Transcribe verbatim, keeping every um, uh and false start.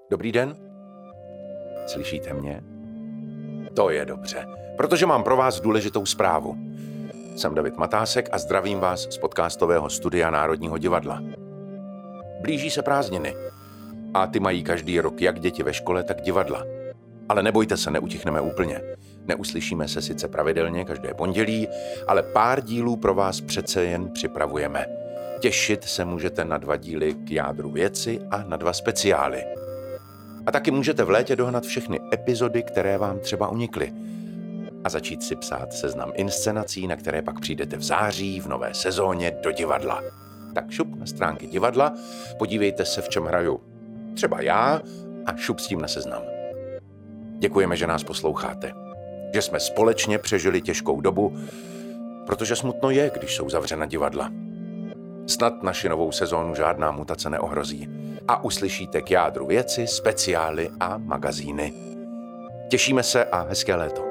Dobrý den? Slyšíte mě? To je dobře, protože mám pro vás důležitou zprávu. Jsem David Matásek a zdravím vás z podcastového studia Národního divadla. Blíží se prázdniny a ty mají každý rok jak děti ve škole, tak divadla. Ale nebojte se, neutichneme úplně. Neuslyšíme se sice pravidelně každé pondělí, ale pár dílů pro vás přece jen připravujeme. Těšit se můžete na dva díly k jádru věci a na dva speciály. A taky můžete v létě dohnat všechny epizody, které vám třeba unikly. A začít si psát seznam inscenací, na které pak přijdete v září v nové sezóně do divadla. Tak šup na stránky divadla, podívejte se, v čem hraju třeba já, a šup s tím na seznam. Děkujeme, že nás posloucháte. Že jsme společně přežili těžkou dobu, protože smutno je, když jsou zavřena divadla. Snad naši novou sezónu žádná mutace neohrozí a uslyšíte k jádru věci, speciály a magazíny. Těšíme se a hezké léto.